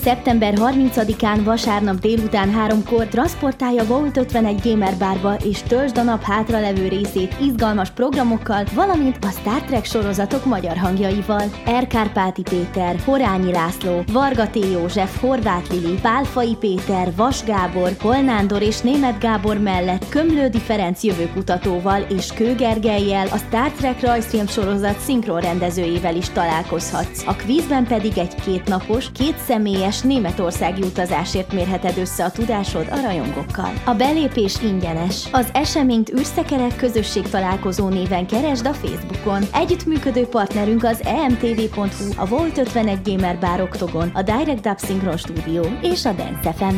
Szeptember 30-án vasárnap délután 3-kor transzportálj a Vault 51 Gamer Barba és töltsd a nap hátralevő részét izgalmas programokkal, valamint a Star Trek sorozatok magyar hangjaival. R. Kárpáti Péter, Horányi László, Varga T. József, Horváth Lili, Pálfai Péter, Vas Gábor, Holnándor és Németh Gábor mellett Kömlődi Ferenc jövőkutatóval és Kő Gergellyel, a Star Trek rajzfilm sorozat szinkron rendezőjével is találkozhatsz. A kvízben pedig egy 2 napos, 2 személyes németországi utazásért mérheted össze a tudásod a rajongókkal. A belépés ingyenes. Az eseményt űrszekerek közösségtalálkozó néven keresd a Facebookon. Együttműködő partnerünk az emtv.hu, a Vault 51 Gamer Bar Oktogon, a Direct Dub Synchron Studio és a Dance FM.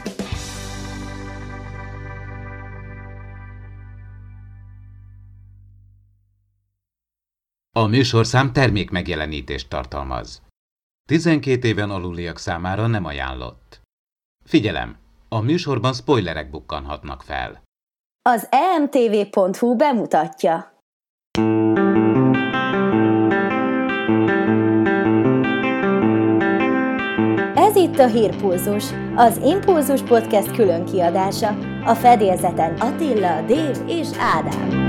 A műsorszám termékmegjelenítést tartalmaz. 12 éven aluliak számára nem ajánlott. Figyelem! A műsorban spoilerek bukkanhatnak fel. Az emtv.hu bemutatja. Ez itt a Hírpulzus, az Impulzus Podcast külön kiadása. A fedélzeten Attila, Dév és Ádám.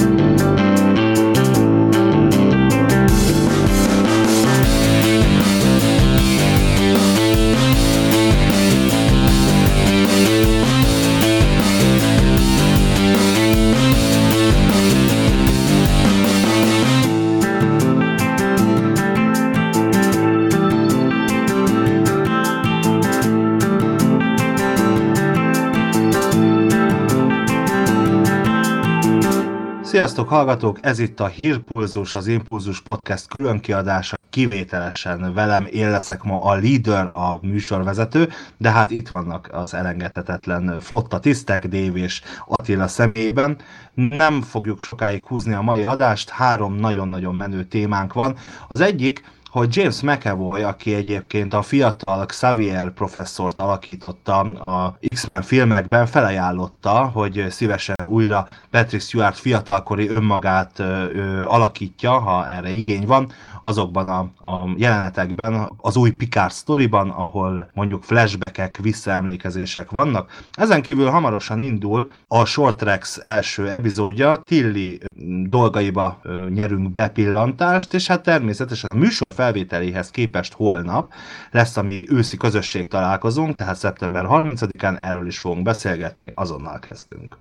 Sziasztok hallgatók, ez itt a Hírpulzus, az Impulzus Podcast különkiadása, kivételesen velem, én leszek ma a leader, a műsorvezető, de hát itt vannak az elengedhetetlen flotta tisztek, Dév és Attila személyében. Nem fogjuk sokáig húzni a mai adást, 3 nagyon-nagyon menő témánk van. Az egyik, hogy James McAvoy, aki egyébként a fiatal Xavier professzort alakította a X-Men filmekben, felajánlotta, hogy szívesen újra Patrick Stewart fiatalkori önmagát alakítja, ha erre igény van, azokban a jelenetekben, az új Picard sztoriban, ahol mondjuk flashbackek, visszaemlékezések vannak. Ezen kívül hamarosan indul a Short Tracks első epizódja, Tilly dolgaiba nyerünk bepillantást, és hát természetesen a műsor felvételéhez képest holnap lesz a mi őszi közösség találkozónk, tehát szeptember 30-án erről is fogunk beszélgetni, azonnal kezdünk.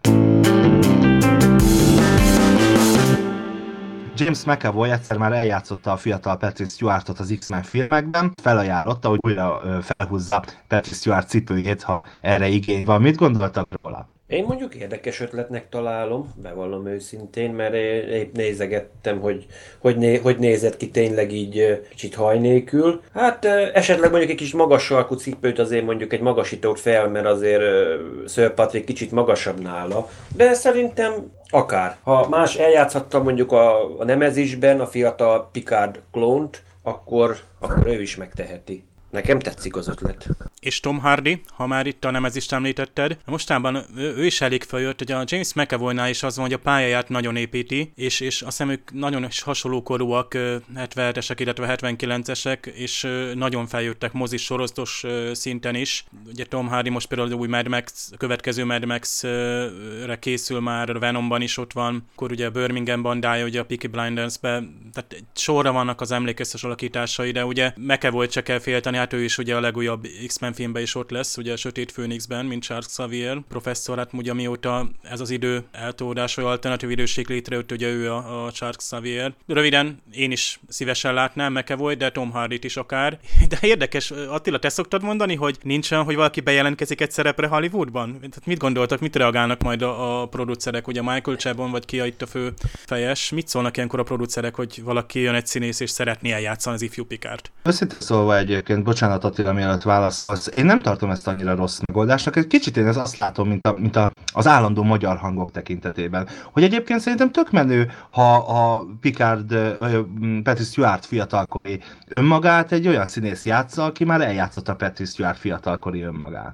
James McAvoy egyszer már eljátszotta a fiatal Patrick Stewartot az X-Men filmekben, felajánlotta, hogy újra felhúzza Patrick Stewart cipőjét, ha erre igény van. Mit gondoltak róla? Én mondjuk érdekes ötletnek találom, bevallom őszintén, mert épp nézegettem, hogy nézett ki tényleg így kicsit haj nélkül. Hát esetleg mondjuk egy kis magas sarkú cipőt azért mondjuk egy magasítót fel, mert azért Sir Patrick kicsit magasabb nála. De szerintem akár. Ha más eljátszhatta mondjuk a Nemezisben a fiatal Picard klónt, akkor ő is megteheti. Nekem tetszik az ötlet. És Tom Hardy, ha már itt a Nemezist említetted, mostában ő is elég feljött, hogy a James McAvoynál is az van, hogy a pályáját nagyon építi, és azt hiszem ők nagyon hasonló korúak, 77-esek, illetve 79-esek, és nagyon feljöttek mozis sorozatos szinten is. Ugye Tom Hardy most például az új Mad Max, a következő Mad Max-re készül már, Venomban is ott van, akkor ugye a Birmingham bandája, ugye a Peaky Blinders-ben, tehát sorra vannak az emlékeztes alakításai, de ugye McAvoyt se kell félteni, hát ő is ugye a legújabb X-Men filmben is ott lesz, ugye a Sötét Főnixben, mint Charles Xavier professzor, hát ugye mióta ez az idő eltolódás, vagy alternatív időség létrejött, ugye ő a Charles Xavier. Röviden, én is szívesen látnám McAvoy, de Tom Hardyt is akár. De érdekes, Attila, te szoktad mondani, hogy nincs olyan, hogy valaki bejelentkezik egy szerepre Hollywoodban? Tehát mit gondoltak, mit reagálnak majd a producerek, ugye Michael Chabon, vagy ki itt a fő fejes? Mit szólnak ilyenkor a producerek, hogy valaki jön egy színész és szeretné eljátszani az ifjú Picard? Őszintén szólva egyébként, bocsánat Attila, mielőtt válaszolsz, én nem tartom ezt annyira rossz megoldásnak, egy kicsit én azt látom, mint az állandó magyar hangok tekintetében, hogy egyébként szerintem tök menő, ha a Picard, Patrick Stewart fiatalkori önmagát egy olyan színész játsza, aki már eljátszotta Patrick Stewart fiatalkori önmagát.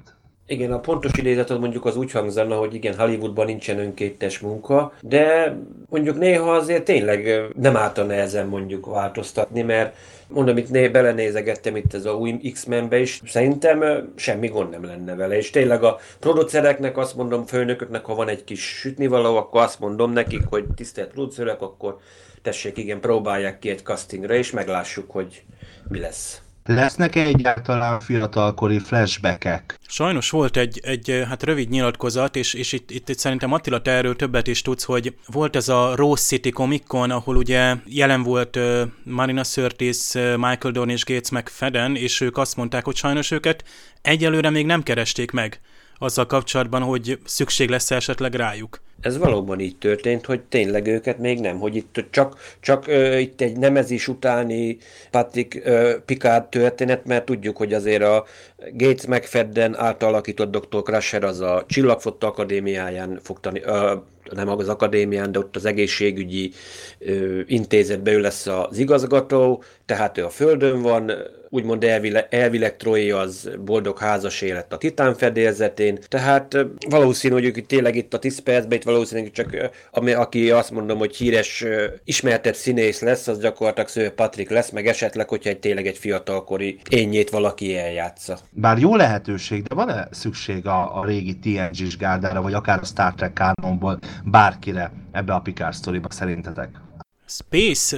Igen, a pontos idézetet mondjuk az úgy hangzana, hogy igen, Hollywoodban nincsen önkéntes munka, de mondjuk néha azért tényleg nem ártana ezen mondjuk változtatni, mert mondom, itt belenézegettem itt ez a új X-Menbe is, szerintem semmi gond nem lenne vele, és tényleg a producereknek azt mondom, főnököknek, ha van egy kis sütnivaló, akkor azt mondom nekik, hogy tisztelt producerek, akkor tessék, igen, próbálják ki egy castingra, és meglássuk, hogy mi lesz. Lesznek egyáltalán fiatalkori flashbackek? Sajnos volt egy hát rövid nyilatkozat, és itt szerintem Attila, te erről többet is tudsz, hogy volt ez a Rose City Comic Con, ahol ugye jelen volt Marina Sirtis, Michael Dorn és Gates McFadden, és ők azt mondták, hogy sajnos őket egyelőre még nem keresték meg azzal kapcsolatban, hogy szükség lesz esetleg rájuk. Ez valóban így történt, hogy tényleg őket még nem, hogy itt csak itt egy nemezés utáni Patrick Picard történet, mert tudjuk, hogy azért a Gates McFadden által alakított Dr. Crusher az a Csillagfotta Akadémiáján fog nem az akadémián, de ott az egészségügyi intézetben ő lesz az igazgató, tehát ő a Földön van, úgymond elvileg Troy az boldog házas élet a Titán fedélzetén, tehát valószínű, hogy ők tényleg itt a 10 percben, itt valószínűleg csak aki azt mondom, hogy híres, ismertett színész lesz, az gyakorlatilag Sir Patrick lesz, meg esetleg, hogyha tényleg egy fiatalkori énjét valaki eljátsza. Bár jó lehetőség, de van-e szükség a régi TNG-s gárdára, vagy akár a Star Trek kánonból bárkire ebbe a Picard sztoriba szerintetek? Space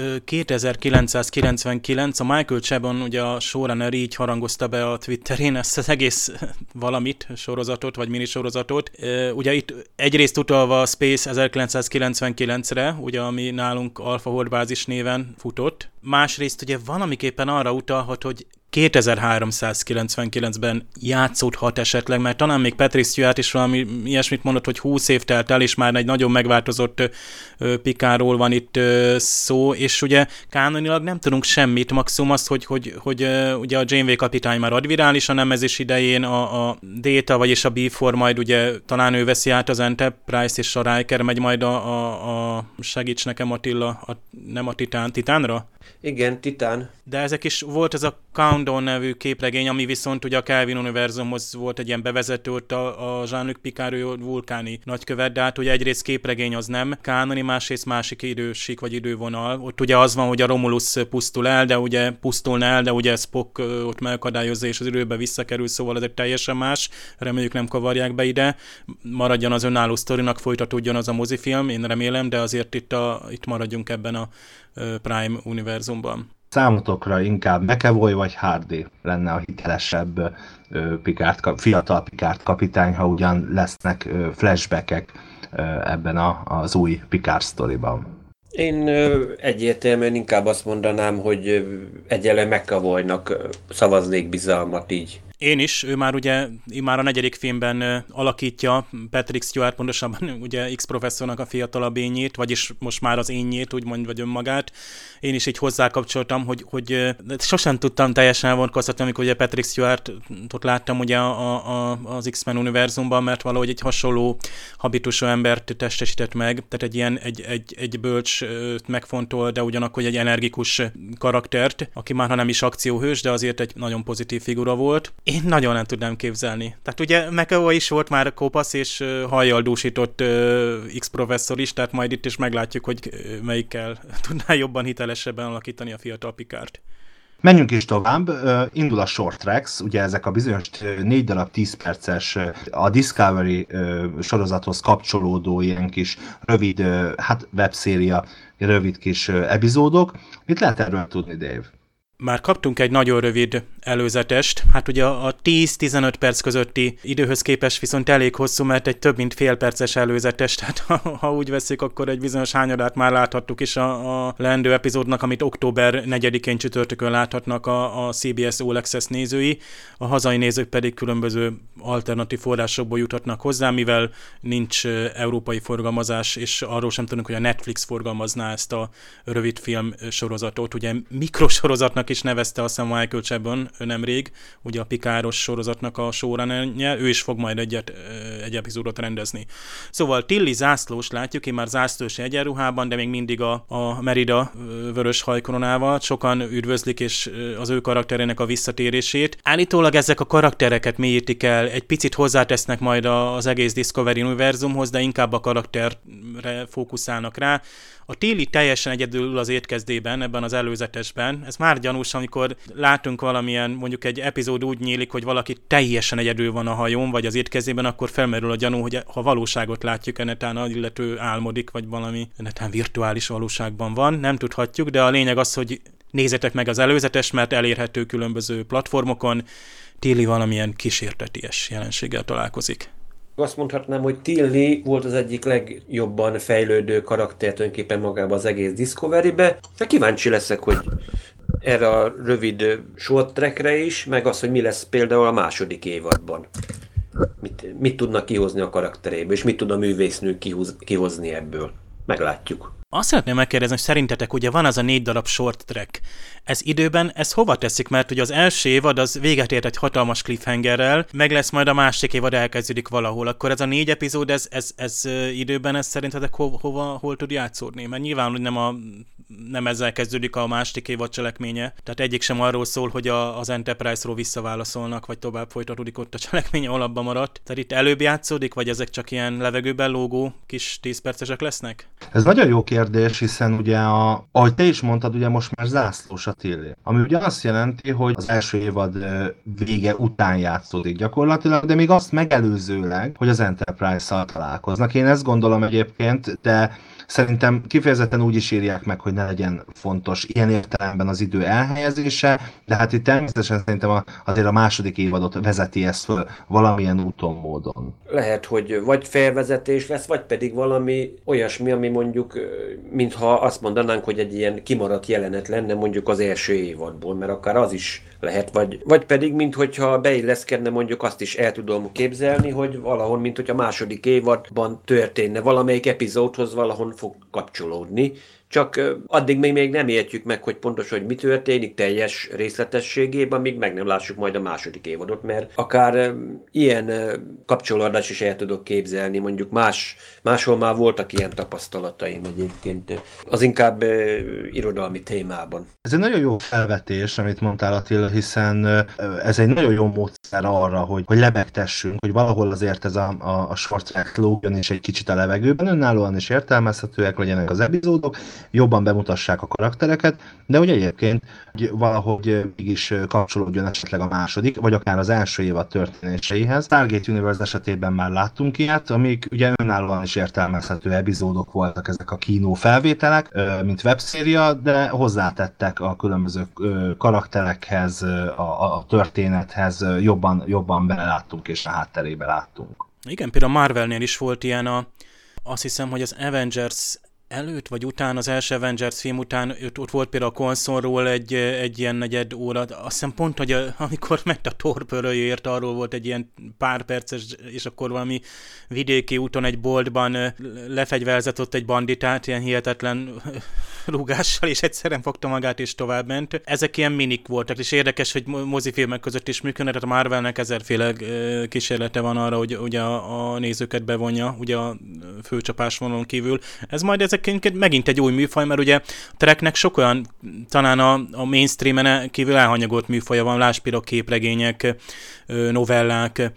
2999, a Michael Chabon, ugye a showrunner így harangozta be a Twitterén ezt az egész valamit, sorozatot, vagy minisorozatot. Ugye itt egyrészt utalva a Space 1999-re, ugye ami nálunk Alpha Horde bázis néven futott. Másrészt ugye valamiképpen arra utalhat, hogy 2399-ben játszódhat esetleg, mert talán még Patrick Stewart is valami ilyesmit mondott, hogy 20 év telt el, és már egy nagyon megváltozott Picardról van itt szó, és ugye kánonilag nem tudunk semmit, maximum azt, hogy ugye a Janeway kapitány már admirális a nemezés idején, a Data, vagyis a B4 majd ugye talán ő veszi át az Enterprise, és a Riker megy majd a segíts nekem Attila, nem a Titánra? Igen, Titán. De ezek is volt ez a Countdown nevű képregény, ami viszont ugye a Kelvin univerzumhoz volt egy ilyen bevezető, ott a Jean-Luc Picard, ő vulkáni nagykövet, de hát ugye egyrészt képregény az nem kánoni, másrészt másik idősík vagy idővonal. Ott ugye az van, hogy a Romulus pusztulna el, de ugye Spock ott megakadályozza és az időbe visszakerül, szóval ez egy teljesen más. Reméljük nem kavarják be ide. Maradjon az önálló sztorinak, folytatódjon az a mozifilm, én remélem, de azért itt maradjunk ebben a Prime univerzumban. Számotokra inkább McAvoy vagy Hardy lenne a hitelesebb fiatal Picard kapitány, ha ugyan lesznek flashbackek ebben az új Picard sztoriban? Én egyértelműen inkább azt mondanám, hogy egyelőre McAvoynak szavaznék bizalmat így. Én is, ő már ugye már a 4. filmben alakítja Patrick Stewart, pontosabban ugye X-professzornak a fiatalabb énjét, vagyis most már az énjét, úgymond, vagy önmagát. Én is így hozzákapcsoltam, hogy sosem tudtam teljesen elvonatkoztatni, amikor ugye Patrick Stewartot láttam ugye az X-Men univerzumban, mert valahogy egy hasonló habitusú embert testesített meg, tehát egy ilyen egy bölcs, megfontol, de ugyanakkor egy energikus karaktert, aki már ha nem is akcióhős, de azért egy nagyon pozitív figura volt. Én nagyon nem tudnám képzelni. Tehát ugye McAvoy is volt már kopasz és hajjal dúsított X-professzor is, tehát majd itt is meglátjuk, hogy melyikkel tudná jobban hitelesebben alakítani a fiatal Picardt. Menjünk is tovább, indul a Short Tracks, ugye ezek a bizonyos 4 darab 10 perces a Discovery sorozathoz kapcsolódó ilyen kis rövid, webszéria, rövid kis epizódok. Mit lehet erről tudni, Dave? Már kaptunk egy nagyon rövid előzetest, hát ugye a 10-15 perc közötti időhöz képest viszont elég hosszú, mert egy több mint fél perces előzetes, tehát ha úgy veszik, akkor egy bizonyos hányadát már láthattuk is a leendő epizódnak, amit október 4-én csütörtökön láthatnak a CBS All Access nézői, a hazai nézők pedig különböző alternatív forrásokból juthatnak hozzá, mivel nincs európai forgalmazás, és arról sem tudunk, hogy a Netflix forgalmazná ezt a rövid film sorozatot, ugye mikrosorozatnak is nevezte azt hiszem Michael Chabon nemrég, ugye a Pikáros sorozatnak a showrunnerje, ő is fog majd egy epizódot rendezni. Szóval Tilly zászlós látjuk, én már zászlós egyenruhában, de még mindig a Merida vörös hajkoronával. Sokan üdvözlik és az ő karakterének a visszatérését. Állítólag ezek a karaktereket mélyítik el, egy picit hozzátesznek majd az egész Discovery univerzumhoz, de inkább a karakterre fókuszálnak rá. A Tilly teljesen egyedül ül az étkezdében, ebben az előzetesben. Ez már gyanús, amikor látunk valamilyen, mondjuk egy epizód úgy nyílik, hogy valaki teljesen egyedül van a hajón, vagy az étkezdében, akkor felmerül a gyanú, hogy ha valóságot látjuk, netán az illető álmodik, vagy valami netán virtuális valóságban van. Nem tudhatjuk, de a lényeg az, hogy nézzetek meg az előzetes, mert elérhető különböző platformokon. Tilly valamilyen kísérteties jelenséggel találkozik. Azt mondhatnám, hogy Tilly volt az egyik legjobban fejlődő karakter tulajdonképpen magában az egész Discovery-be. De kíváncsi leszek, hogy erre a rövid short trackre is, meg az, hogy mi lesz például a második évadban. Mit tudnak kihozni a karakteréből, és mit tud a művésznő kihozni ebből. Meglátjuk. Azt szeretném megkérdezni, hogy szerintetek ugye van az a 4 darab short track. Ez időben, ez hova teszik? Mert ugye az első évad az véget ért egy hatalmas cliffhangerrel, meg lesz majd a másik évad elkezdődik valahol. Akkor ez a 4 epizód, ez időben, ez szerintetek hol tud játszódni? Mert nyilván, hogy nem ezzel kezdődik a másik évad cselekménye. Tehát egyik sem arról szól, hogy az Enterprise-ról visszaválaszolnak, vagy tovább folytatódik ott a cselekménye, alapba maradt. Tehát itt előbb játszódik, vagy ezek csak ilyen levegőben lógó kis 10 percesek lesznek? Ez nagyon jó kérdés, hiszen ugye, ahogy te is mondtad, ugye most már zászlós a Tilly. Ami ugye azt jelenti, hogy az első évad vége után játszódik gyakorlatilag, de még azt megelőzőleg, hogy az Enterprise-szal találkoznak. Én ezt gondolom egyébként, de szerintem kifejezetten úgy is írják meg, hogy ne legyen fontos ilyen értelemben az idő elhelyezése, de hát itt természetesen szerintem azért a második évadot vezeti ezt föl valamilyen úton, módon. Lehet, hogy vagy felvezetés lesz, vagy pedig valami olyasmi, ami mondjuk, mintha azt mondanánk, hogy egy ilyen kimaradt jelenet lenne mondjuk az első évadból, mert akár az is lehet, vagy pedig, minthogyha beilleszkedne, mondjuk azt is el tudom képzelni, hogy valahol, minthogy a második évadban történne, valamelyik epizódhoz valahol fog kapcsolódni, csak addig még nem értjük meg, hogy pontosan, hogy mi történik teljes részletességében, amíg meg nem lássuk majd a második évadot, mert akár ilyen kapcsolódás is el tudok képzelni, mondjuk máshol már voltak ilyen tapasztalataim egyébként, az inkább irodalmi témában. Ez egy nagyon jó felvetés, amit mondtál, Attila, hiszen ez egy nagyon jó módszer arra, hogy lebegtessünk, hogy valahol azért ez a short track lógjon is egy kicsit a levegőben, önállóan is értelmezhetőek legyenek az epizódok, jobban bemutassák a karaktereket, de ugye egyébként valahogy mégis kapcsolódjon esetleg a második, vagy akár az első évad történéseihez. Stargate Universe esetében már láttunk ilyet, amik ugye önállóan is értelmezhető epizódok voltak ezek a kínó felvételek, mint webszéria, de hozzátettek a különböző karakterekhez, a történethez, jobban beleláttunk és a hátterébe láttunk. Igen, például Marvelnél is volt ilyen azt hiszem, hogy az Avengers előtt vagy után, az első Avengers film után ott volt például a konszolról egy ilyen negyed óra, azt hiszem pont, hogy amikor ment a Thor pörölyért, arról volt egy ilyen pár perces, és akkor valami vidéki úton egy boltban lefegyverzett ott egy banditát, ilyen hihetetlen rúgással, és egyszerűen fogta magát, és továbbment. Ezek ilyen minik voltak, és érdekes, hogy mozifilmek között is működnek, tehát a Marvelnek ezerféle kísérlete van arra, hogy ugye a nézőket bevonja, ugye a főcsapásvonalon kívül. Ez majd ezek megint egy új műfaj, mert ugye a Treknek sok olyan, talán a mainstreamen kívül elhanyagolt műfaja van, lásd például képregények, novellák,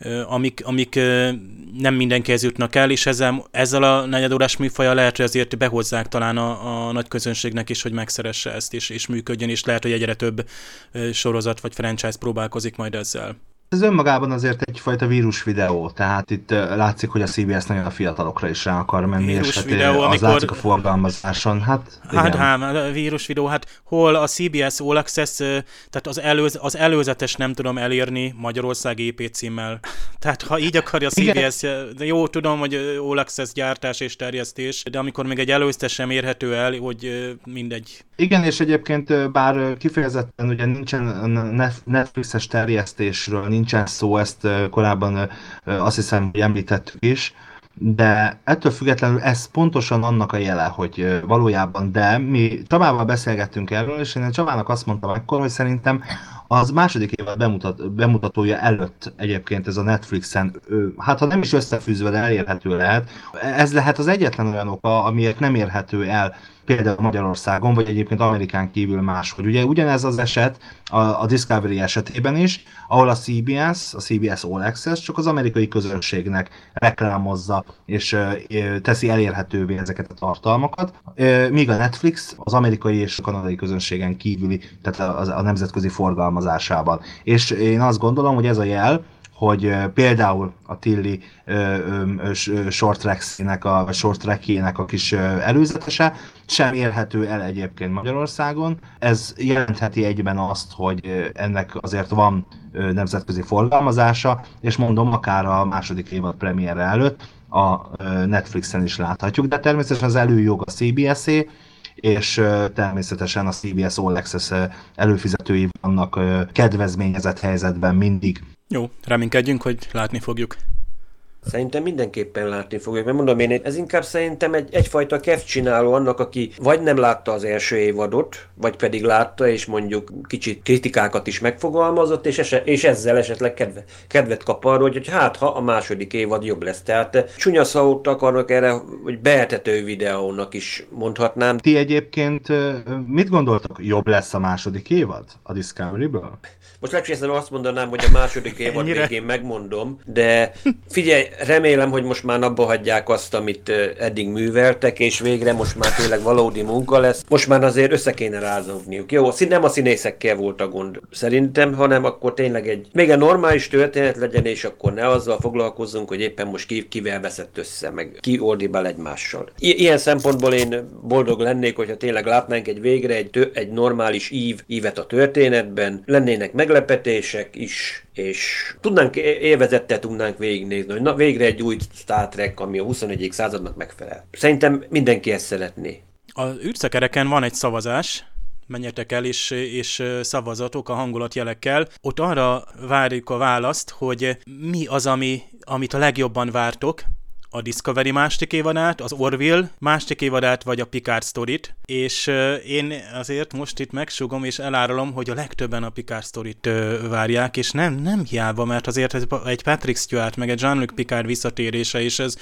amik nem mindenkihez jutnak el, és ezzel a negyedórás műfaja lehet, hogy azért behozzák talán a nagy közönségnek is, hogy megszeresse ezt, és működjön, és lehet, hogy egyre több sorozat vagy franchise próbálkozik majd ezzel. Ez önmagában azért egyfajta vírusvideó, tehát itt látszik, hogy a CBS nagyon a fiatalokra is rá akar menni, és az látszik a forgalmazáson. Hát vírusvideó, hol a CBS All Access, tehát az előzetes nem tudom elérni Magyarország EP címmel. Tehát ha így akarja a CBS, de jó, tudom, hogy All Access gyártás és terjesztés, de amikor még egy előzetes sem érhető el, hogy mindegy. Igen, és egyébként bár kifejezetten ugye nincsen Netflixes terjesztésről, nincsen szó, ezt korábban azt hiszem, hogy említettük is, de ettől függetlenül ez pontosan annak a jele, hogy valójában, de mi Csabával beszélgettünk erről, és én Csabának azt mondtam akkor, hogy szerintem az második évad bemutatója előtt egyébként ez a Netflixen, hát ha nem is összefűzve, de elérhető lehet. Ez lehet az egyetlen olyan oka, amiért nem érhető el például Magyarországon, vagy egyébként Amerikán kívül máshogy. Ugye ugyanez az eset a Discovery esetében is, ahol a CBS All Access csak az amerikai közönségnek reklámozza és teszi elérhetővé ezeket a tartalmakat, míg a Netflix az amerikai és a kanadai közönségen kívüli, tehát a nemzetközi forgalmazásában. És én azt gondolom, hogy ez a jel, hogy például a Tilly short trackjének a kis előzetese sem érhető el egyébként Magyarországon. Ez jelentheti egyben azt, hogy ennek azért van nemzetközi forgalmazása, és mondom, akár a második évad premierre előtt a Netflixen is láthatjuk, de természetesen az előjog a CBS-é, és természetesen a CBS All Access előfizetői vannak kedvezményezett helyzetben mindig. Jó, reménykedjünk, hogy látni fogjuk. Szerintem mindenképpen látni fogjuk, mert mondom én, ez inkább szerintem egyfajta kevcsináló annak, aki vagy nem látta az első évadot, vagy pedig látta, és mondjuk kicsit kritikákat is megfogalmazott, és ezzel esetleg kedvet kap arra, hogy hát ha a második évad jobb lesz. Tehát csúnya szót akarnak erre, hogy beetető videónak is mondhatnám. Ti egyébként mit gondoltak, jobb lesz a második évad a Discovery-ből? Most legfeljebb azt mondanám, hogy a második évad végén megmondom, de figyelj, remélem, hogy most már abba hagyják azt, amit eddig műveltek, és végre most már tényleg valódi munka lesz. Most már azért össze kéne rázogniuk. Jó, nem a színészekkel volt a gond szerintem, hanem akkor tényleg még egy normális történet legyen, és akkor ne azzal foglalkozzunk, hogy éppen most kivel veszett össze, meg ki ordibál egymással. Ilyen szempontból én boldog lennék, hogyha tényleg látnánk végre egy normális ívet a történetben, lennének meglepetések is, és élvezettel tudnánk végignézni, hogy na végre egy új Star Trek, ami a 21. századnak megfelel. Szerintem mindenki ezt szeretné. A űrszekereken van egy szavazás, menjetek el és szavazatok a hangulatjelekkel. Ott arra várjuk a választ, hogy mi az, amit a legjobban vártok, a Discovery második évadát, az Orville második évadát, vagy a Picard sztorit, és én azért most itt megsugom és elárulom, hogy a legtöbben a Picard sztorit várják, és nem hiába, mert azért egy Patrick Stewart, meg egy Jean-Luc Picard visszatérése, és ez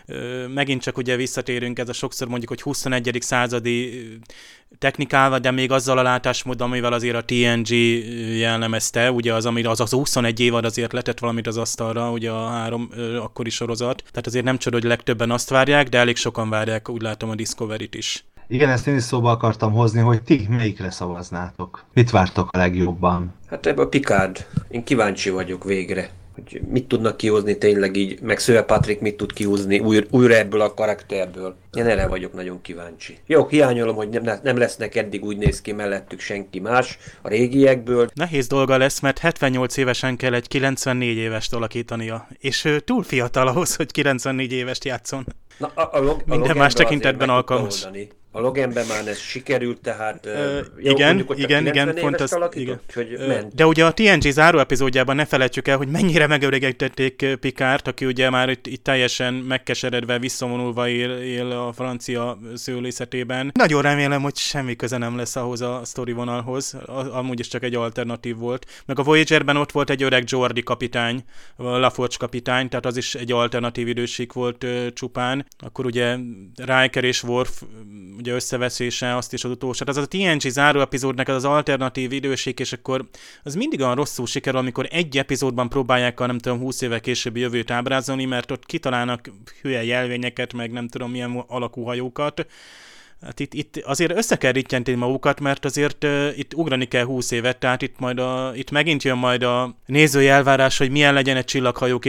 megint csak ugye visszatérünk, ez a sokszor mondjuk, hogy 21. századi technikával, de még azzal a látásmód, amivel azért a TNG jellemezte, ugye az 21 évad azért letett valamit az asztalra, ugye a 3 akkori sorozat, tehát azért nem csoda, hogy legtöbben azt várják, de elég sokan várják, úgy látom, a Discovery-t is. Igen, ezt én is szóba akartam hozni, hogy ti melyikre szavaznátok? Mit vártok a legjobban? Hát ebben a Picard. Én kíváncsi vagyok végre, hogy mit tudnak kihozni tényleg így, meg Sir Patrick mit tud kihozni újra ebből a karakterből. Én erre vagyok nagyon kíváncsi. Jó, hiányolom, hogy nem lesznek, eddig úgy néz ki mellettük senki más a régiekből. Nehéz dolga lesz, mert 78 évesen kell egy 94 évest alakítania, és ő túl fiatal ahhoz, hogy 94 évest játszon. Na, minden más tekintetben alkalmas. A Loganben már ez sikerült, tehát... igen, pont az... Igen. De ugye a TNG záró epizódjában ne felejtsük el, hogy mennyire megöregítették Picard, aki ugye már itt teljesen megkeseredve, visszavonulva él a francia szőlészetében. Nagyon remélem, hogy semmi köze nem lesz ahhoz a sztori vonalhoz, amúgy is csak egy alternatív volt. Meg a Voyagerben ott volt egy öreg Geordi kapitány, LaForge kapitány, tehát az is egy alternatív időség volt csupán. Akkor ugye Riker és Worf ugye összeveszése, azt is az utolsó. Tehát az a TNG záró epizódnak az alternatív időség, és akkor az mindig olyan rosszul sikerül, amikor egy epizódban próbálják a nem tudom 20 éve későbbi jövőt ábrázolni, mert ott kitalálnak hülye jelvényeket, meg nem tudom milyen alakú hajókat. Hát itt azért össze kell rittyenteni magukat, mert azért itt ugrani kell 20 évet, tehát itt megint jön majd a nézői elvárás, hogy milyen legyen egy csillaghajó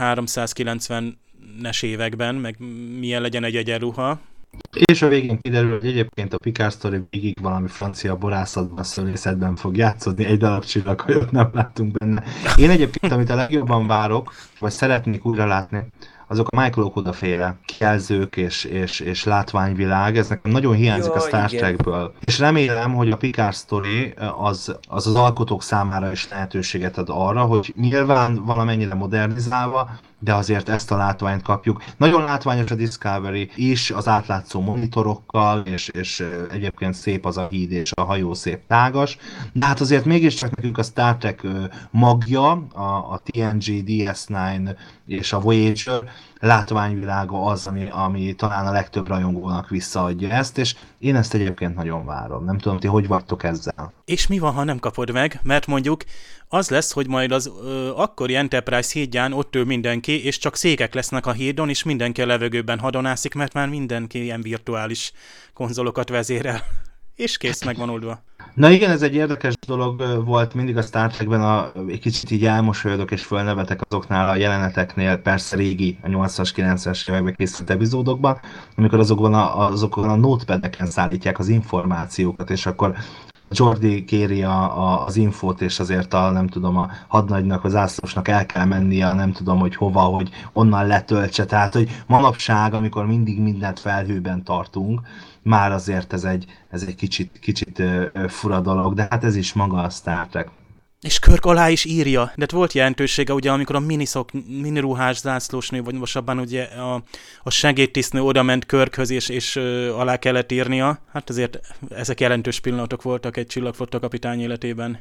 2390-es években, meg milyen legyen egy egyenruha. És a végén kiderül, hogy egyébként a Picard sztori végig valami francia borászatban, szőlészetben fog játszódni, egy darab csillaghajót nem látunk benne. Én egyébként, amit a legjobban várok, vagy szeretnék újra látni, azok a Michael Okuda-féle jelzők és látványvilág, ez nekem nagyon hiányzik a Star Trekből. És remélem, hogy a Picard sztori az alkotók számára is lehetőséget ad arra, hogy nyilván valamennyire modernizálva, de azért ezt a látványt kapjuk. Nagyon látványos a Discovery is, az átlátszó monitorokkal, és egyébként szép az a híd, és a hajó szép tágas, de hát azért mégiscsak nekünk a Star Trek magja, a TNG, DS9 és a Voyager látványvilága az, ami talán a legtöbb rajongónak visszaadja ezt, és én ezt egyébként nagyon várom. Nem tudom, ti hogy vagytok ezzel? És mi van, ha nem kapod meg? Mert mondjuk az lesz, hogy majd az akkori Enterprise hídján ott ül mindenki, és csak székek lesznek a hídon, és mindenki a levegőben hadonászik, mert már mindenki ilyen virtuális konzolokat vezérel. És kész, meg van oldva. Na igen, ez egy érdekes dolog volt mindig a Star Trekben, egy kicsit így elmosolyodok és fölnevetek azoknál a jeleneteknél, persze régi, a 80-as, 90-es években készült epizódokban, amikor azokon a notepadeken szállítják az információkat, és akkor Geordi kéri az infót, és azért nem tudom, a hadnagynak, az ászlósnak el kell mennie, nem tudom, hogy hova, hogy onnan letöltse. Tehát, hogy manapság, amikor mindig mindent felhőben tartunk, már azért ez egy kicsit fura dolog, de hát ez is maga a Star Trek. És Kirk alá is írja, de volt jelentősége, ugye, amikor a miniruhás zászlósnő, vagy most abban ugye a segédtisztnő oda ment Kirkhöz, és alá kellett írnia. Hát azért ezek jelentős pillanatok voltak egy csillagflotta kapitány életében.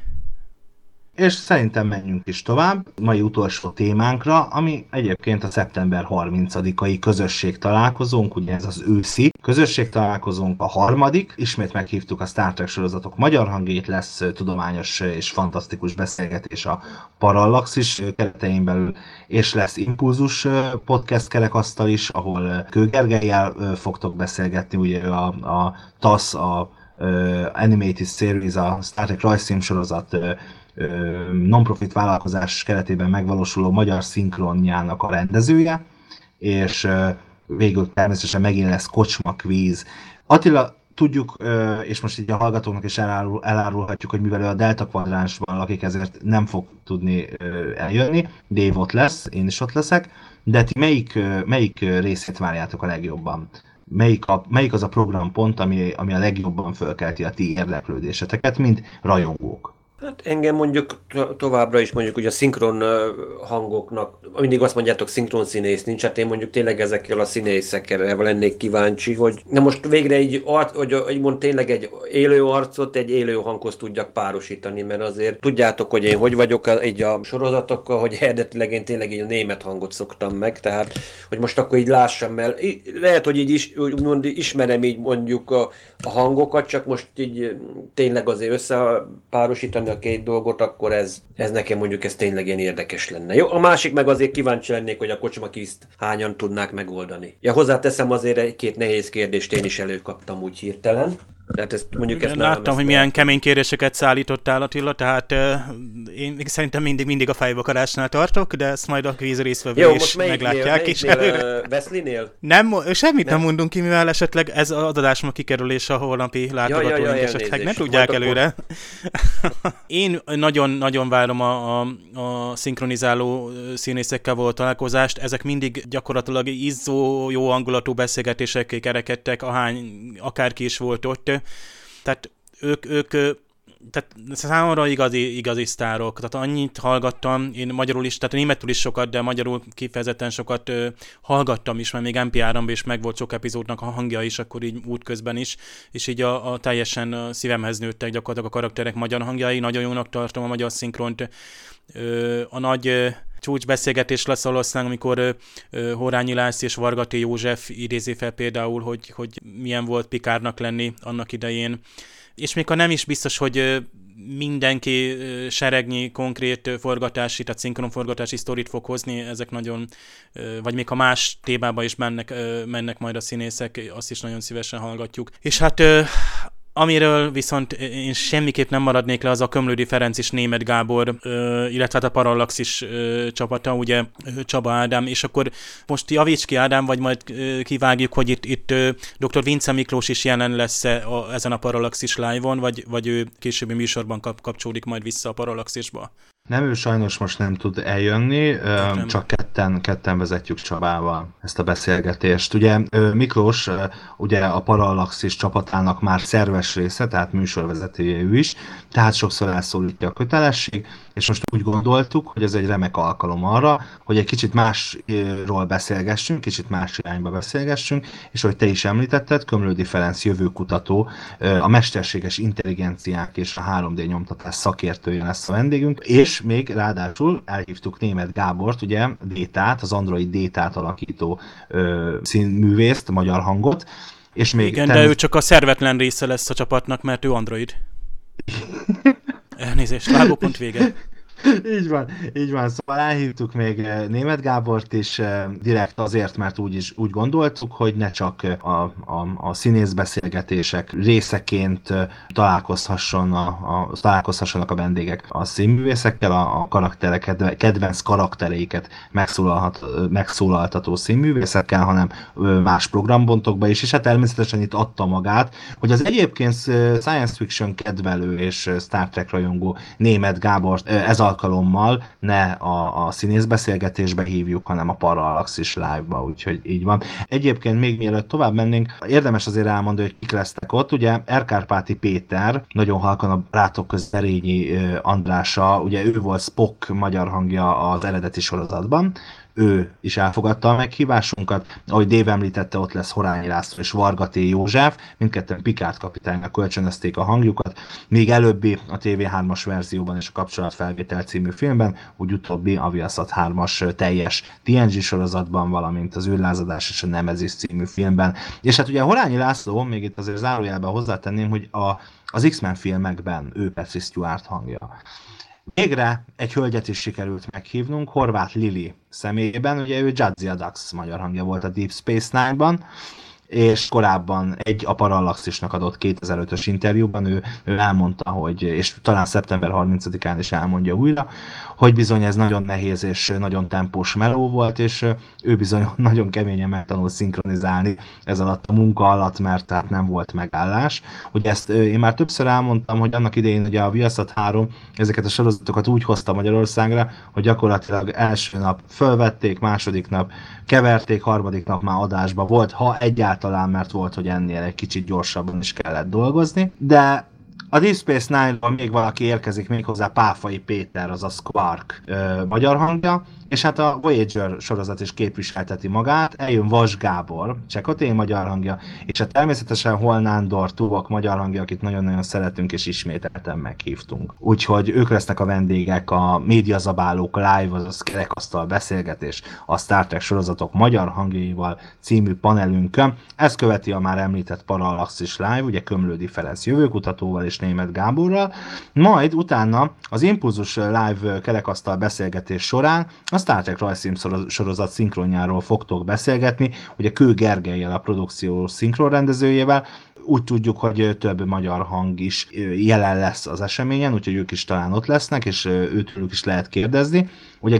És szerintem menjünk is tovább, mai utolsó témánkra, ami egyébként a szeptember 30-ai közösségtalálkozónk, ugye ez az őszi közösségtalálkozónk, a harmadik. Ismét meghívtuk a Star Trek sorozatok magyar hangjait, lesz tudományos és fantasztikus beszélgetés a Parallaxis keretein belül, és lesz Impulzus podcast kerekasztal is, ahol Kő Gergellyel fogtok beszélgetni, ugye a TASZ, a Animated Series, a Star Trek rajzfilm sorozat non-profit vállalkozás keretében megvalósuló magyar szinkronjának a rendezője, és végül természetesen megint lesz kocsma kvíz. Attila, tudjuk, és most így a hallgatóknak is elárulhatjuk, hogy mivel ő a Delta kvadránsban lakik, ezért nem fog tudni eljönni. Dave ott lesz, én is ott leszek, de ti melyik részét várjátok a legjobban? Melyik az a programpont, ami a legjobban fölkelti a ti érdeklődéseteket, mint rajongók? Hát engem mondjuk továbbra is mondjuk ugye a szinkron hangoknak, mindig azt mondjátok, szinkron színész nincs, hát én mondjuk tényleg ezekkel a színészekkel lennék kíváncsi, hogy na most végre hogy mond tényleg egy élő arcot egy élő hanghoz tudjak párosítani, mert azért tudjátok, hogy én hogy vagyok így a sorozatokkal, hogy eredetileg én tényleg így a német hangot szoktam meg, tehát hogy most akkor így lássam, mert lehet, hogy így úgymond ismerem így mondjuk a hangokat, csak most így tényleg azért összepárosítani a két dolgot, akkor ez nekem mondjuk ez tényleg ilyen érdekes lenne. Jó, a másik meg azért kíváncsi lennék, hogy a kocsmakízt hányan tudnák megoldani. Ja, hozzáteszem azért egy-két nehéz kérdést én is előkaptam úgy hirtelen. Tehát ezt mondjuk láttam, hogy milyen kemény kérdéseket szállítottál, Attila, tehát én szerintem mindig a fejvakarásnál tartok, de ezt majd a kvíz résztvevő is meglátják. Wesley-nél? Nem, semmit nem mondunk ki, mivel esetleg ez az adásma kikerülés a holnapi látogatóink esetleg nem tudják előre. Én nagyon várom a szinkronizáló színészekkel való találkozást, ezek mindig gyakorlatilag izzó, jó hangulatú beszélgetésekkel kerekedtek, akárki is volt ott. Tehát ők tehát számomra igazi sztárok. Tehát annyit hallgattam, én magyarul is, tehát németül is sokat, de magyarul kifejezetten sokat hallgattam is, mert még MP3-ban is megvolt sok epizódnak a hangja is, akkor így útközben is, és így a teljesen szívemhez nőttek gyakorlatilag a karakterek magyar hangjai. Nagyon jónak tartom a magyar szinkront. A nagy csúcsbeszélgetés lesz valószínűleg, amikor Horányi László és Varga T. József idézi fel például, hogy milyen volt Picardnak lenni annak idején. És még ha nem is biztos, hogy mindenki seregnyi konkrét forgatási, tehát szinkronforgatási sztorit fog hozni, ezek nagyon, vagy még ha más témába is mennek majd a színészek, azt is nagyon szívesen hallgatjuk. És hát amiről viszont én semmiképp nem maradnék le, az a Komlődi Ferenc és Németh Gábor, illetve hát a Parallaxis csapata, ugye Csaba Ádám, és akkor most javíts ki, Ádám, vagy majd kivágjuk, hogy itt dr. Vince Miklós is jelen lesz ezen a Parallaxis live-on, vagy ő későbbi műsorban kapcsolódik majd vissza a Parallaxisba. Nem, ő sajnos most nem tud eljönni, csak ketten vezetjük Csabával ezt a beszélgetést. Ugye Miklós, ugye a Parallaxis csapatának már szerves része, tehát műsorvezetője ő is, tehát sokszor elszólítja a kötelesség, és most úgy gondoltuk, hogy ez egy remek alkalom arra, hogy egy kicsit másról beszélgessünk, kicsit más irányba beszélgessünk, és ahogy te is említetted, Komlódi Ferenc jövőkutató, a mesterséges intelligenciák és a 3D nyomtatás szakértője lesz a vendégünk, és még ráadásul elhívtuk Németh Gábort, ugye Détát, az Android Détát alakító színművészt, magyar hangot, és még igen, de ő csak a szervetlen része lesz a csapatnak, mert ő Android. Elnézést, vágópont vége. Így van. Szóval elhívtuk még Németh Gábort is direkt azért, mert úgy gondoltuk, hogy ne csak a színészbeszélgetések részeként találkozhassanak a vendégek a színművészekkel, a kedvenc karaktereiket megszólaltató színművészekkel, hanem más programbontokba is, és hát természetesen itt adta magát, hogy az egyébként science fiction kedvelő és Star Trek rajongó Németh Gábort ez alkalommal ne a színészbeszélgetésbe hívjuk, hanem a Parallaxis Live-ba, úgyhogy így van. Egyébként még mielőtt tovább mennénk, érdemes azért elmondani, hogy kik lesznek ott. Ugye Erkárpáti Péter, nagyon halkan a Rátok köz Szerényi Andrása, ugye ő volt Spock magyar hangja az eredeti sorozatban, ő is elfogadta a meghívásunkat. Ahogy Dave említette, ott lesz Horányi László és Varga T. József, mindketten Picard kapitánynak kölcsönözték a hangjukat, még előbbi a TV3-as verzióban és a Kapcsolatfelvétel című filmben, úgy utóbbi a Viaszat 3-as teljes TNG sorozatban, valamint az űrlázadás és a Nemezis című filmben. És hát ugye Horányi László, még itt azért zárójelben hozzátenném, hogy az X-Men filmekben ő Patrick Stewart hangja. Végre egy hölgyet is sikerült meghívnunk, Horváth Lili személyében, ugye ő Jadzia Dax magyar hangja volt a Deep Space Nine-ban, és korábban a Parallaxisnak adott 2005-ös interjúban ő elmondta, hogy, és talán szeptember 30-án is elmondja újra, hogy bizony ez nagyon nehéz és nagyon tempós meló volt, és ő bizony nagyon keményen megtanult szinkronizálni ez alatt a munka alatt, mert tehát nem volt megállás. Ugye ezt én már többször elmondtam, hogy annak idején ugye a Viaszat 3 ezeket a sorozatokat úgy hozta Magyarországra, hogy gyakorlatilag első nap fölvették, második nap keverték, harmadik nap már adásba volt, ha egyáltalán, mert volt, hogy ennél egy kicsit gyorsabban is kellett dolgozni, de a Deep Space Nine-ban még valaki érkezik, méghozzá Páfai Péter, azaz Quark magyar hangja, és hát a Voyager sorozat is képviselteti magát, eljön Vas Gábor, Csekotény magyar hangja, és hát természetesen Holnándor, Tuvok magyar hangja, akit nagyon-nagyon szeretünk és ismételten meghívtunk. Úgyhogy ők lesznek a vendégek a Médiazabálók Live, azaz kerekasztal beszélgetés a Star Trek sorozatok magyar hangjaival című panelünkön. Ez követi a már említett Parallaxis Live, ugye Komlódi Ferenc jövőkutatóval és Németh Gáborral, majd utána az Impulzus Live kerekasztal beszélgetés során a Star Trek rajzfilm sorozat szinkronjáról fogtok beszélgetni, ugye Kő Gergellyel, a produkció szinkronrendezőjével. Úgy tudjuk, hogy több magyar hang is jelen lesz az eseményen, úgyhogy ők is talán ott lesznek, és őtőlük is lehet kérdezni. Ugye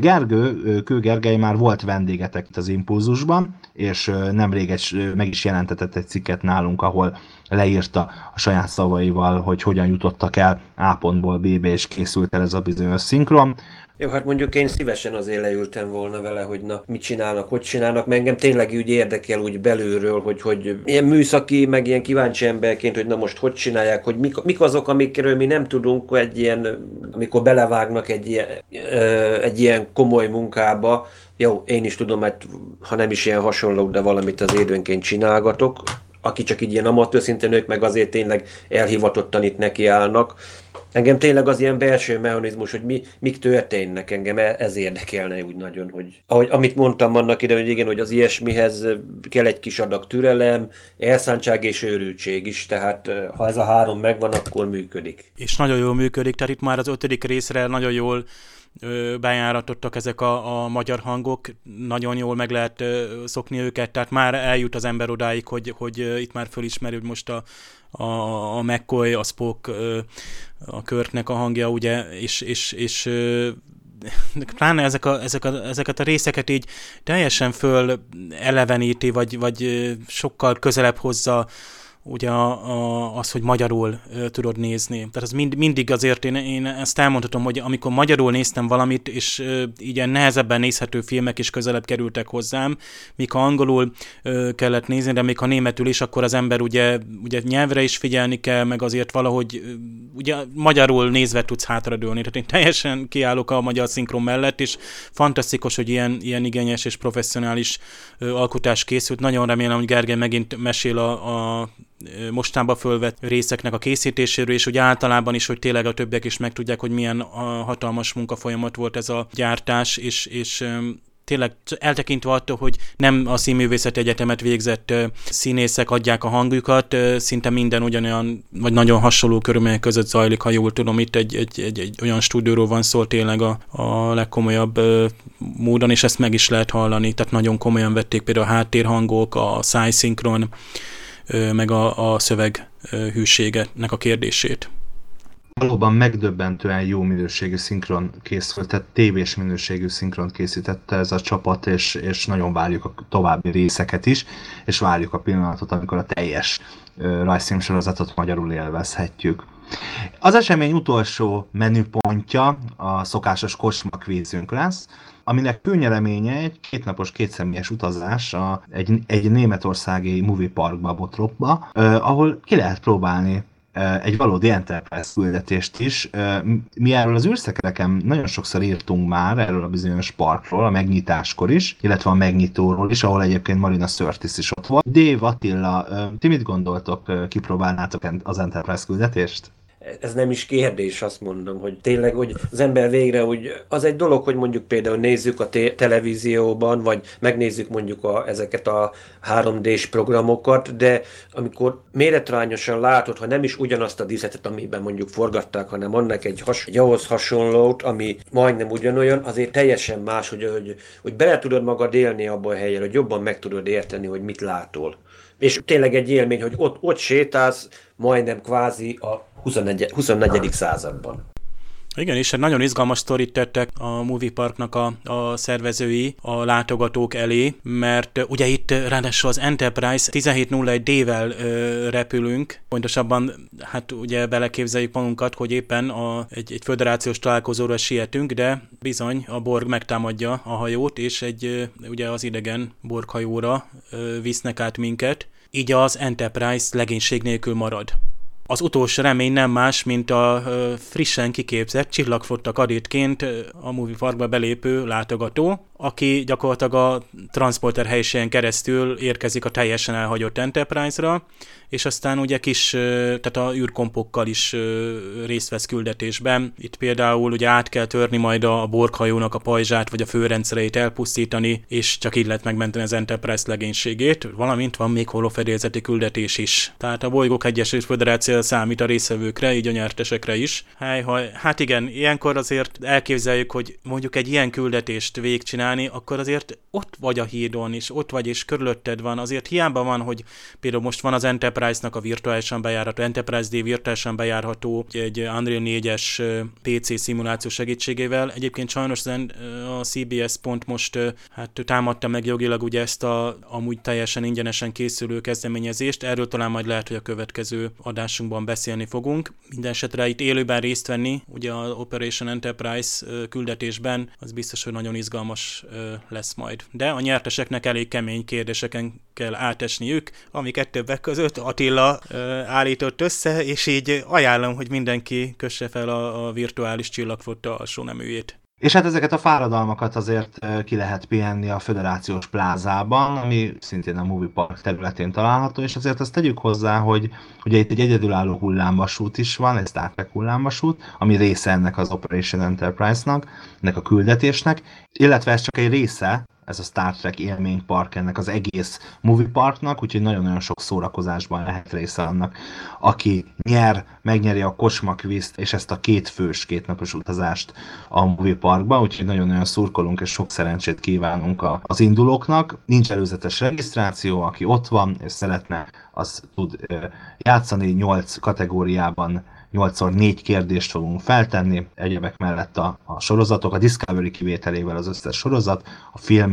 Kő Gergely már volt vendégetek itt az Impulzusban, és nemrég meg is jelentetett egy cikket nálunk, ahol leírta a saját szavaival, hogy hogyan jutottak el A pontból B-be, és készült el ez a bizonyos szinkron. Jó, hát mondjuk én szívesen azért leültem volna vele, hogy na, mit csinálnak, hogy csinálnak, mert engem tényleg úgy érdekel úgy belülről, hogy ilyen műszaki, meg ilyen kíváncsi emberként, hogy na most hogy csinálják, hogy mik azok, amikről mi nem tudunk egy ilyen, amikor belevágnak egy ilyen komoly munkába. Jó, én is tudom, mert ha nem is ilyen hasonló, de valamit az időnként csinálgatok. Aki csak így ilyen amatőr szinten, ők meg azért tényleg elhivatottan itt nekiállnak. Engem tényleg az ilyen belső mechanizmus, hogy mik történnek, engem ez érdekelne úgy nagyon, hogy amit mondtam annak ide, hogy igen, hogy az ilyesmihez kell egy kis adag türelem, elszántság és őrültség is, tehát ha ez a három megvan, akkor működik. És nagyon jól működik, tehát itt már az 5. részre nagyon jól bejáratottak ezek a magyar hangok, nagyon jól meg lehet szokni őket, tehát már eljut az ember odáig, hogy itt már fölismerül most a McCoy, a Spock, a Kirknek a hangja, ugye, és pláne ezeket a részeket így teljesen föl eleveníti, vagy sokkal közelebb hozza ugye az, hogy magyarul tudod nézni. Tehát az mindig azért én ezt elmondhatom, hogy amikor magyarul néztem valamit, és ilyen nehezebben nézhető filmek is közelebb kerültek hozzám, míg ha angolul kellett nézni, de még ha németül is, akkor az ember ugye nyelvre is figyelni kell, meg azért valahogy ugye magyarul nézve tudsz hátradőlni. Tehát én teljesen kiállok a magyar szinkron mellett, és fantasztikus, hogy ilyen igényes és professzionális alkotás készült. Nagyon remélem, hogy Gergely megint mesél a mostában fölvett részeknek a készítéséről, és úgy általában is, hogy tényleg a többiek is megtudják, hogy milyen hatalmas munkafolyamat volt ez a gyártás, és tényleg eltekintve attól, hogy nem a Színművészeti Egyetemet végzett színészek adják a hangjukat, szinte minden ugyanolyan, vagy nagyon hasonló körülmények között zajlik, ha jól tudom, itt egy olyan stúdióról van szó tényleg a legkomolyabb módon, és ezt meg is lehet hallani, tehát nagyon komolyan vették például a háttérhangok, a szájszinkron, meg a szöveg hűségetnek a kérdését. Valóban megdöbbentően jó minőségű szinkron készült, tehát tévés minőségű szinkront készítette ez a csapat, és nagyon várjuk a további részeket is, és várjuk a pillanatot, amikor a teljes rajzfilmsorozatot magyarul élvezhetjük. Az esemény utolsó menüpontja a szokásos kocsmakvízünk lesz, aminek főnyereménye egy kétnapos kétszemélyes utazás egy németországi movie parkba, Bottropba, ahol ki lehet próbálni egy valódi Enterprise küldetést is. Mi erről az űrszekereken nagyon sokszor írtunk már, erről a bizonyos parkról, a megnyitáskor is, illetve a megnyitóról is, ahol egyébként Marina Sirtis is ott volt. Dave, Attila, ti mit gondoltok, kipróbálnátok az Enterprise küldetést? Ez nem is kérdés, azt mondom, hogy tényleg, hogy az ember végre, hogy az egy dolog, hogy mondjuk például nézzük a televízióban, vagy megnézzük mondjuk ezeket a 3D-s programokat, de amikor méretrányosan látod, ha nem is ugyanazt a díszletet, amiben mondjuk forgatták, hanem annak egy ahhoz hasonlót, ami majdnem ugyanolyan, azért teljesen más, hogy bele tudod magad élni abba a helyen, hogy jobban meg tudod érteni, hogy mit látol. És tényleg egy élmény, hogy ott sétálsz majdnem kvázi a 24. században. Igen, és egy nagyon izgalmas sztorit tettek a Movie Parknak a szervezői a látogatók elé, mert ugye itt ráadásul az Enterprise 1701D-vel repülünk, pontosabban hát ugye beleképzeljük magunkat, hogy éppen egy föderációs találkozóra sietünk, de bizony a Borg megtámadja a hajót, és ugye az idegen Borg hajóra visznek át minket, így az Enterprise legénység nélkül marad. Az utolsó remény nem más, mint a frissen kiképzett csillagflotta kadétként a Movie Parkba belépő látogató, aki gyakorlatilag a transporter helyiségen keresztül érkezik a teljesen elhagyott Enterprise-ra, és aztán ugye tehát a űrkompokkal is részt vesz küldetésben. Itt például ugye át kell törni majd a Borg hajónak a pajzsát, vagy a főrendszereit elpusztítani, és csak így lehet megmenteni az Enterprise legénységét, valamint van még holofedélzeti küldetés is. Tehát a Bolygók Egyesült Föderáció számít a részvevőkre, így a nyertesekre is. Hát igen, ilyenkor azért elképzeljük, hogy mondjuk egy ilyen küldetést végigcsinálni, akkor azért ott vagy a hídon, és ott vagy, és körülötted van. Azért hiába van, hogy például most van az Enterprise-nak a virtuálisan bejárható, Enterprise D virtuálisan bejárható egy Unreal 4-es PC szimuláció segítségével. Egyébként sajnos a CBS pont most támadta meg jogilag ugye ezt a amúgy teljesen ingyenesen készülő kezdeményezést. Erről talán majd lehet, hogy a következő adásunkban beszélni fogunk. Mindenesetre itt élőben részt venni, ugye az Operation Enterprise küldetésben, az biztos, hogy nagyon izgalmas lesz majd. De a nyerteseknek elég kemény kérdéseken kell átesniük, amiket többek között Attila állított össze, és így ajánlom, hogy mindenki kösse fel a virtuális csillagflotta alsó neműjét. És hát ezeket a fáradalmakat azért ki lehet pihenni a Föderációs plázában, ami szintén a Movie Park területén található, és azért azt tegyük hozzá, hogy ugye itt egy egyedülálló hullámvasút is van, egy Star Trek hullámvasút, ami része ennek az Operation Enterprise-nak, ennek a küldetésnek, illetve ez csak egy része, ez a Star Trek élménypark ennek az egész Movie Parknak, úgyhogy nagyon-nagyon sok szórakozásban lehet része annak, aki megnyeri a kocsmakvízt és ezt a kétnapos utazást a Movie Parkba, úgyhogy nagyon-nagyon szurkolunk és sok szerencsét kívánunk az indulóknak. Nincs előzetes regisztráció, aki ott van és szeretne, az tud játszani 8 kategóriában. 8x4 kérdést fogunk feltenni, egyebek mellett a sorozatok, a Discovery kivételével az összes sorozat, a filmek,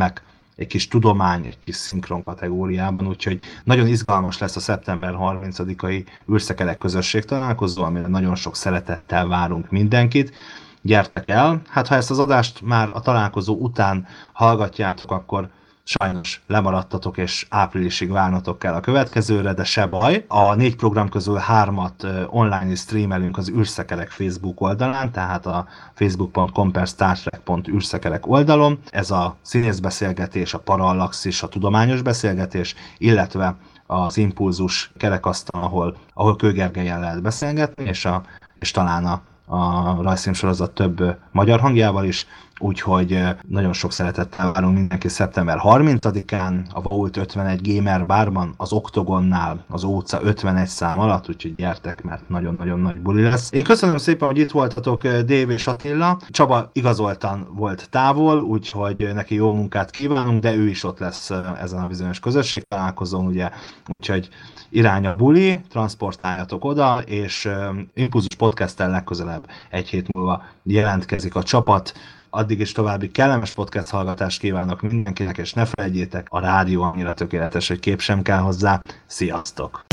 egy kis tudomány, egy kis szinkron kategóriában, úgyhogy nagyon izgalmas lesz a szeptember 30-ai űrszekerek közösség találkozó, amire nagyon sok szeretettel várunk mindenkit. Gyertek el! Hát ha ezt az adást már a találkozó után hallgatjátok, akkor sajnos lemaradtatok, és áprilisig várnatok kell a következőre, de se baj. A 4 program közül 3-at online is streamelünk az űrszekerek Facebook oldalán, tehát a facebook.com/StarTrek.űrszekerek oldalon. Ez a színészbeszélgetés, a Parallaxis, a tudományos beszélgetés, illetve az Impulzus kerekasztal, ahol Kő Gergelyen lehet beszélgetni, és talán a rajzfilmsorozat több magyar hangjával is, úgyhogy nagyon sok szeretettel várunk mindenki szeptember 30-án a Vault 51 Gamer Barban, az Oktogonnál, az Óca 51 szám alatt, úgyhogy gyertek, mert nagyon-nagyon nagy buli lesz. Én köszönöm szépen, hogy itt voltatok, Dave és Attila. Csaba igazoltan volt távol, úgyhogy neki jó munkát kívánunk, de ő is ott lesz ezen a bizonyos közösség találkozón, ugye, úgyhogy irány a buli, transportáljatok oda, és Impulzus Podcast-tel legközelebb egy hét múlva jelentkezik a csapat. Addig is további kellemes podcast hallgatást kívánok mindenkinek, és ne felejtjétek, a rádió annyira tökéletes, hogy kép sem kell hozzá. Sziasztok!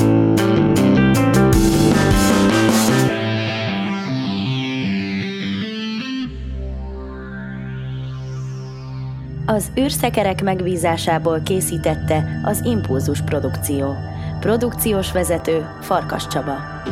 Az űrszekerek megbízásából készítette az Impulzus Produkció. Produkciós vezető Farkas Csaba.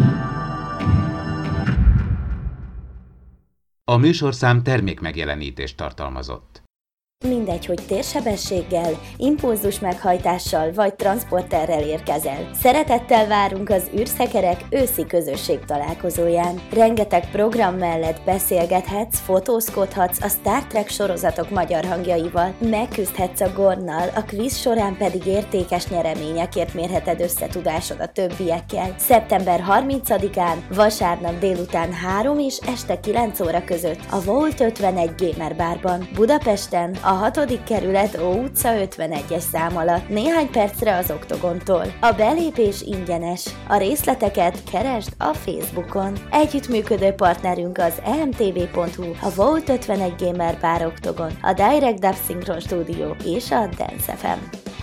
A műsorszám termékmegjelenítést tartalmazott. Mindegy, hogy térsebességgel, impulzus meghajtással vagy transporterrel érkezel. Szeretettel várunk az űrszekerek őszi közösség találkozóján. Rengeteg program mellett beszélgethetsz, fotózkodhatsz a Star Trek sorozatok magyar hangjaival, megküzdhetsz a Gornnal, a kvíz során pedig értékes nyereményekért mérheted összetudásod a többiekkel. Szeptember 30-án, vasárnap délután 3 és este 9 óra között a Vault 51 Gamer Barban, Budapesten, a 6. kerület Ó utca 51-es szám alatt, néhány percre az Oktogontól. A belépés ingyenes. A részleteket keresd a Facebookon. Együttműködő partnerünk az emtv.hu, a Vault 51 Gamer Bar Oktogon, a Direct Dub Synchron Studio és a Dance FM.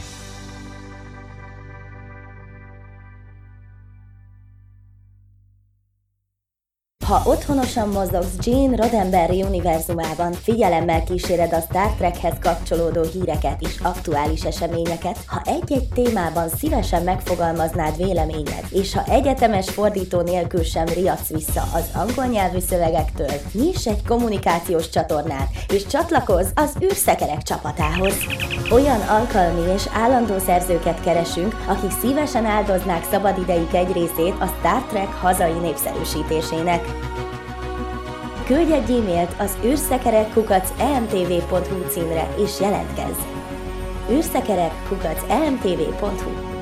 Ha otthonosan mozogsz Gene Roddenberry univerzumában, figyelemmel kíséred a Star Trekhez kapcsolódó híreket és aktuális eseményeket, ha egy-egy témában szívesen megfogalmaznád véleményed, és ha egyetemes fordító nélkül sem riadsz vissza az angol nyelvű szövegektől, nyiss egy kommunikációs csatornát, és csatlakozz az űrszekerek csapatához. Olyan alkalmi és állandó szerzőket keresünk, akik szívesen áldoznák szabadidejük egy részét a Star Trek hazai népszerűsítésének. Küldj egy e-mailt az űrszekerek@emtv.hu címre és jelentkezz! űrszekerek@emtv.hu